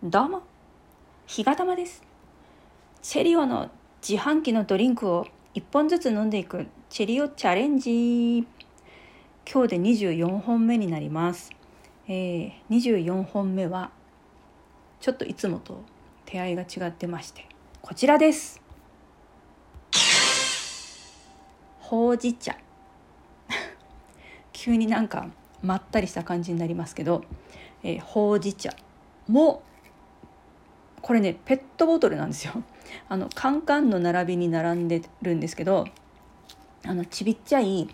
どうも、ひがたまです。チェリオの自販機のドリンクを1本ずつ飲んでいくチェリオチャレンジ。今日で24本目になります。24本目はちょっといつもと手合いが違ってまして、こちらです。ほうじ茶。急になんかまったりした感じになりますけど、ほうじ茶もこれね、ペットボトルなんですよ。カンカンの並びに並んでるんですけど、ちびっちゃい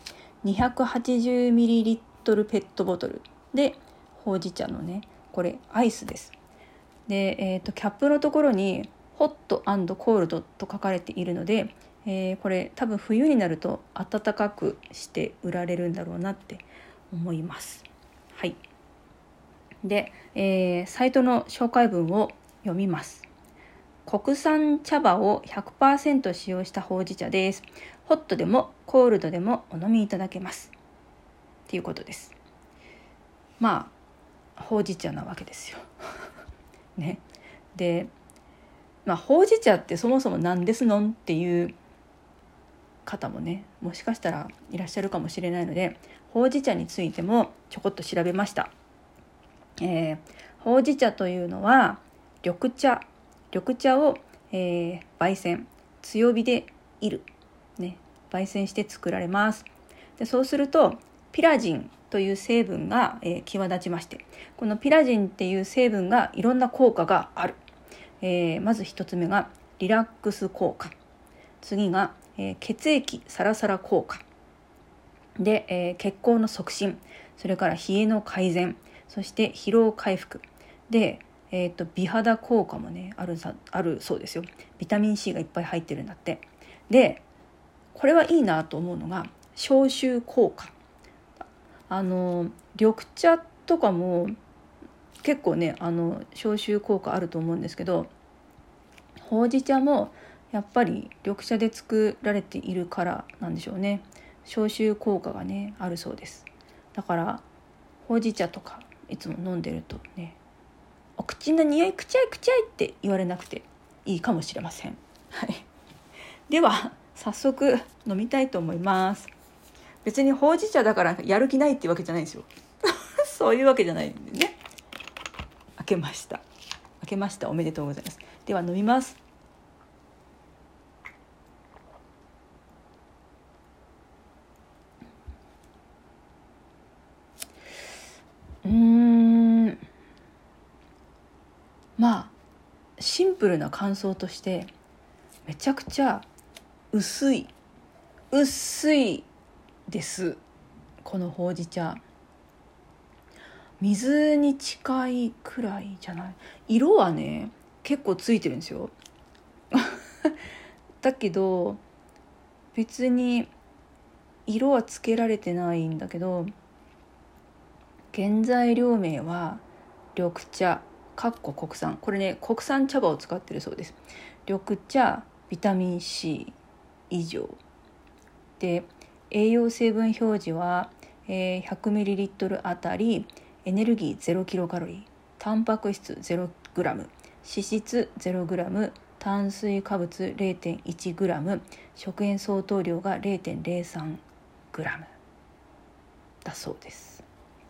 280ml ペットボトルでほうじ茶のね、これアイスです。で、キャップのところにホット&コールドと書かれているので、これ多分冬になると暖かくして売られるんだろうなって思います。はい。で、サイトの紹介文を読みます。国産茶葉を 100% 使用したほうじ茶です。ホットでもコールドでもお飲みいただけますっていうことです。まあほうじ茶なわけですよね。で、ほうじ茶ってそもそも何ですのんっていう方もね、もしかしたらいらっしゃるかもしれないので、ほうじ茶についてもちょこっと調べました。ほうじ茶というのは緑茶を、焙煎、強火で煎る、ね、焙煎して作られます。でそうするとピラジンという成分が、際立ちまして、このピラジンっていう成分がいろんな効果がある。まず一つ目がリラックス効果、次が、血液サラサラ効果で、血行の促進、それから冷えの改善、そして疲労回復で、美肌効果もねあるそうですよ。ビタミン C がいっぱい入ってるんだって。でこれはいいなと思うのが消臭効果。緑茶とかも結構ね消臭効果あると思うんですけど、ほうじ茶もやっぱり緑茶で作られているからなんでしょうね。消臭効果がねあるそうです。だからほうじ茶とかいつも飲んでるとね、お口の匂いくちゃいくちゃいって言われなくていいかもしれません。はい。では早速飲みたいと思います。別にほうじ茶だからやる気ないっていうわけじゃないんですよそういうわけじゃないんでね。開けましたおめでとうございます。では飲みます。シンプルな感想としてめちゃくちゃ薄いです。このほうじ茶水に近いくらいじゃない。色はね結構ついてるんですよだけど別に色はつけられてないんだけど、原材料名は緑茶国産、これね国産茶葉を使ってるそうです。緑茶ビタミン C 以上で、栄養成分表示は、100ml あたりエネルギー 0kcal、 タンパク質 0g、 脂質 0g、 炭水化物 0.1g、 食塩相当量が 0.03g だそうです。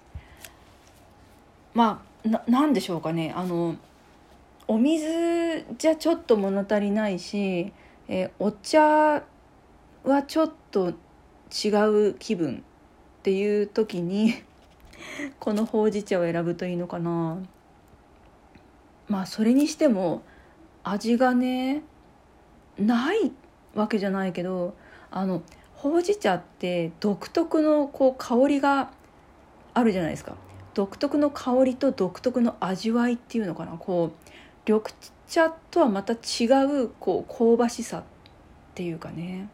なんでしょうかね、お水じゃちょっと物足りないし、お茶はちょっと違う気分っていう時にこのほうじ茶を選ぶといいのかな。それにしても味がねないわけじゃないけど、ほうじ茶って独特の香りがあるじゃないですか。独特の香りと独特の味わいっていうのかな、緑茶とはまた違う香ばしさっていうかね。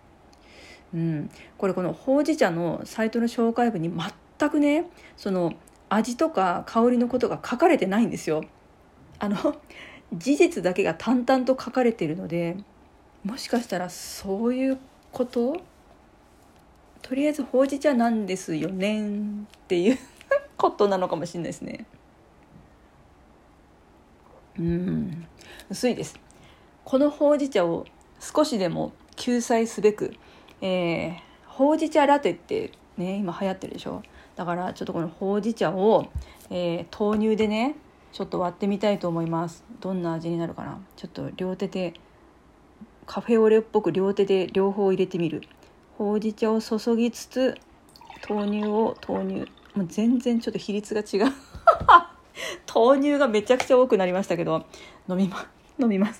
このほうじ茶のサイトの紹介文に全くねその味とか香りのことが書かれてないんですよ。事実だけが淡々と書かれているので、もしかしたらそういうこと、とりあえずほうじ茶なんですよねっていうことなのかもしれないですね。 薄いです。このほうじ茶を少しでも救済すべく、ほうじ茶ラテってね今流行ってるでしょ。だからちょっとこのほうじ茶を、豆乳でねちょっと割ってみたいと思います。どんな味になるかな。ちょっと両手でカフェオレっぽく両手で両方入れてみる。ほうじ茶を注ぎつつ豆乳を投入。もう全然ちょっと比率が違う豆乳がめちゃくちゃ多くなりましたけど飲みます。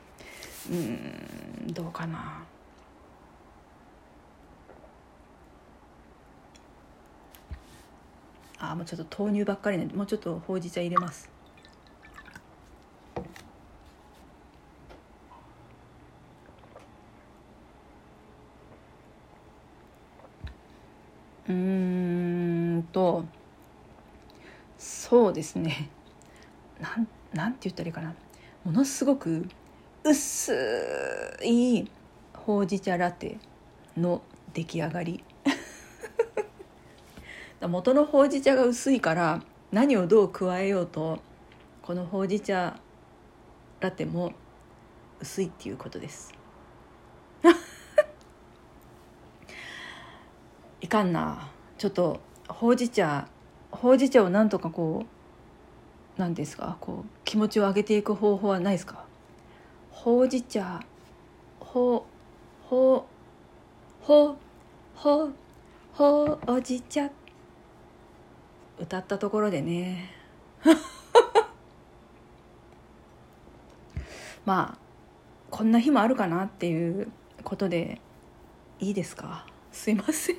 どうかな。もうちょっと豆乳ばっかりね。もうちょっとほうじ茶入れます。そうですね。なんて言ったらいいかな。ものすごく薄いほうじ茶ラテの出来上がり元のほうじ茶が薄いから何をどう加えようとこのほうじ茶ラテも薄いっていうことですいかんな。ちょっとほうじ茶をなんとかこうなんですか、こう気持ちを上げていく方法はないですか。ほうじ茶ほうじ茶歌ったところでねまあこんな日もあるかなっていうことでいいですか。すいません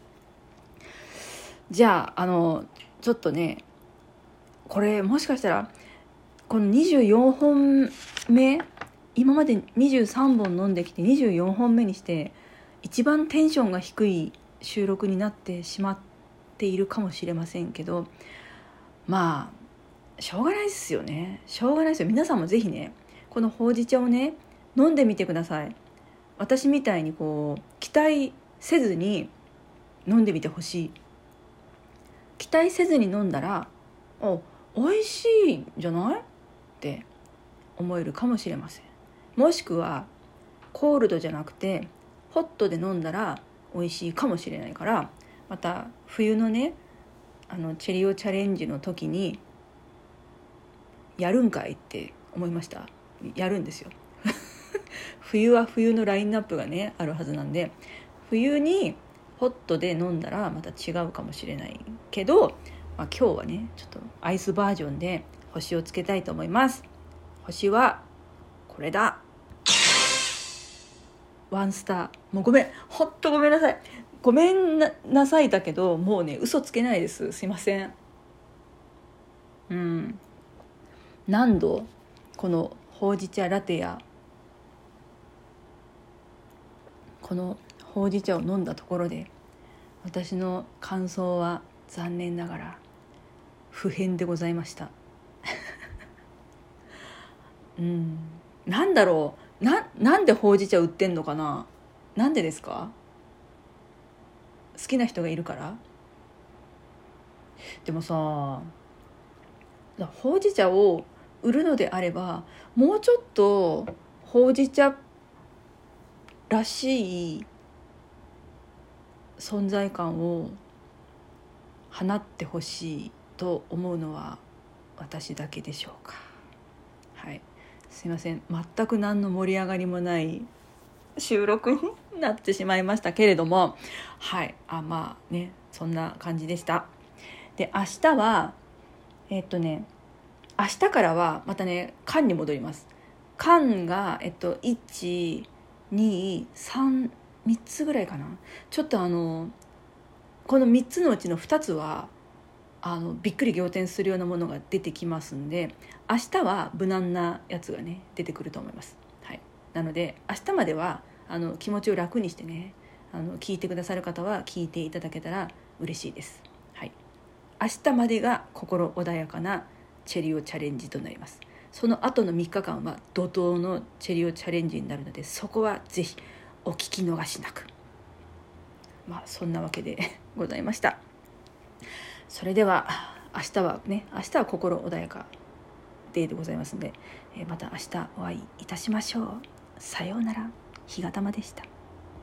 じゃあちょっとねこれもしかしたらこの24本目今まで23本飲んできて24本目にして一番テンションが低い収録になってしまっているかもしれませんけど、まあしょうがないですよね。しょうがないですよ。皆さんもぜひねこのほうじ茶をね飲んでみてください。私みたいにこう期待せずに飲んでみてほしい。期待せずに飲んだら美味しいんじゃないって思えるかもしれません。もしくはコールドじゃなくてホットで飲んだら美味しいかもしれないから、また冬のねチェリオチャレンジの時にやるんかいって思いました。やるんですよ冬は冬のラインナップがねあるはずなんで、冬にホットで飲んだらまた違うかもしれないけど、今日はねちょっとアイスバージョンで星をつけたいと思います。星はこれだ。ワンスター。もうほんとごめんなさい。ごめんなさいだけどもうね嘘つけないです。すいません。何度このほうじ茶ラテやこのほうじ茶を飲んだところで私の感想は残念ながら不変でございましたなんだろうなんでほうじ茶売ってんのかな。なんでですか。好きな人がいるから。でもさほうじ茶を売るのであればもうちょっとほうじ茶らしい存在感を放ってほしいと思うのは私だけでしょうか。はい、すいません。全く何の盛り上がりもない収録になってしまいましたけれども、はいまあねそんな感じでした。で明日は明日からはまたね缶に戻ります。缶が1、2、3つぐらいかな。ちょっとこの3つのうちの2つはびっくり仰天するようなものが出てきますんで、明日は無難なやつがね出てくると思います。はい、なので明日までは気持ちを楽にしてね聞いてくださる方は聞いていただけたら嬉しいです。はい、明日までが心穏やかなチェリオチャレンジとなります。その後の3日間は怒涛のチェリオチャレンジになるので、そこはぜひお聞き逃しなく。そんなわけでございました。それでは明日は心穏やかデーでございますので、また明日お会いいたしましょう。さようなら。ひがたまでした。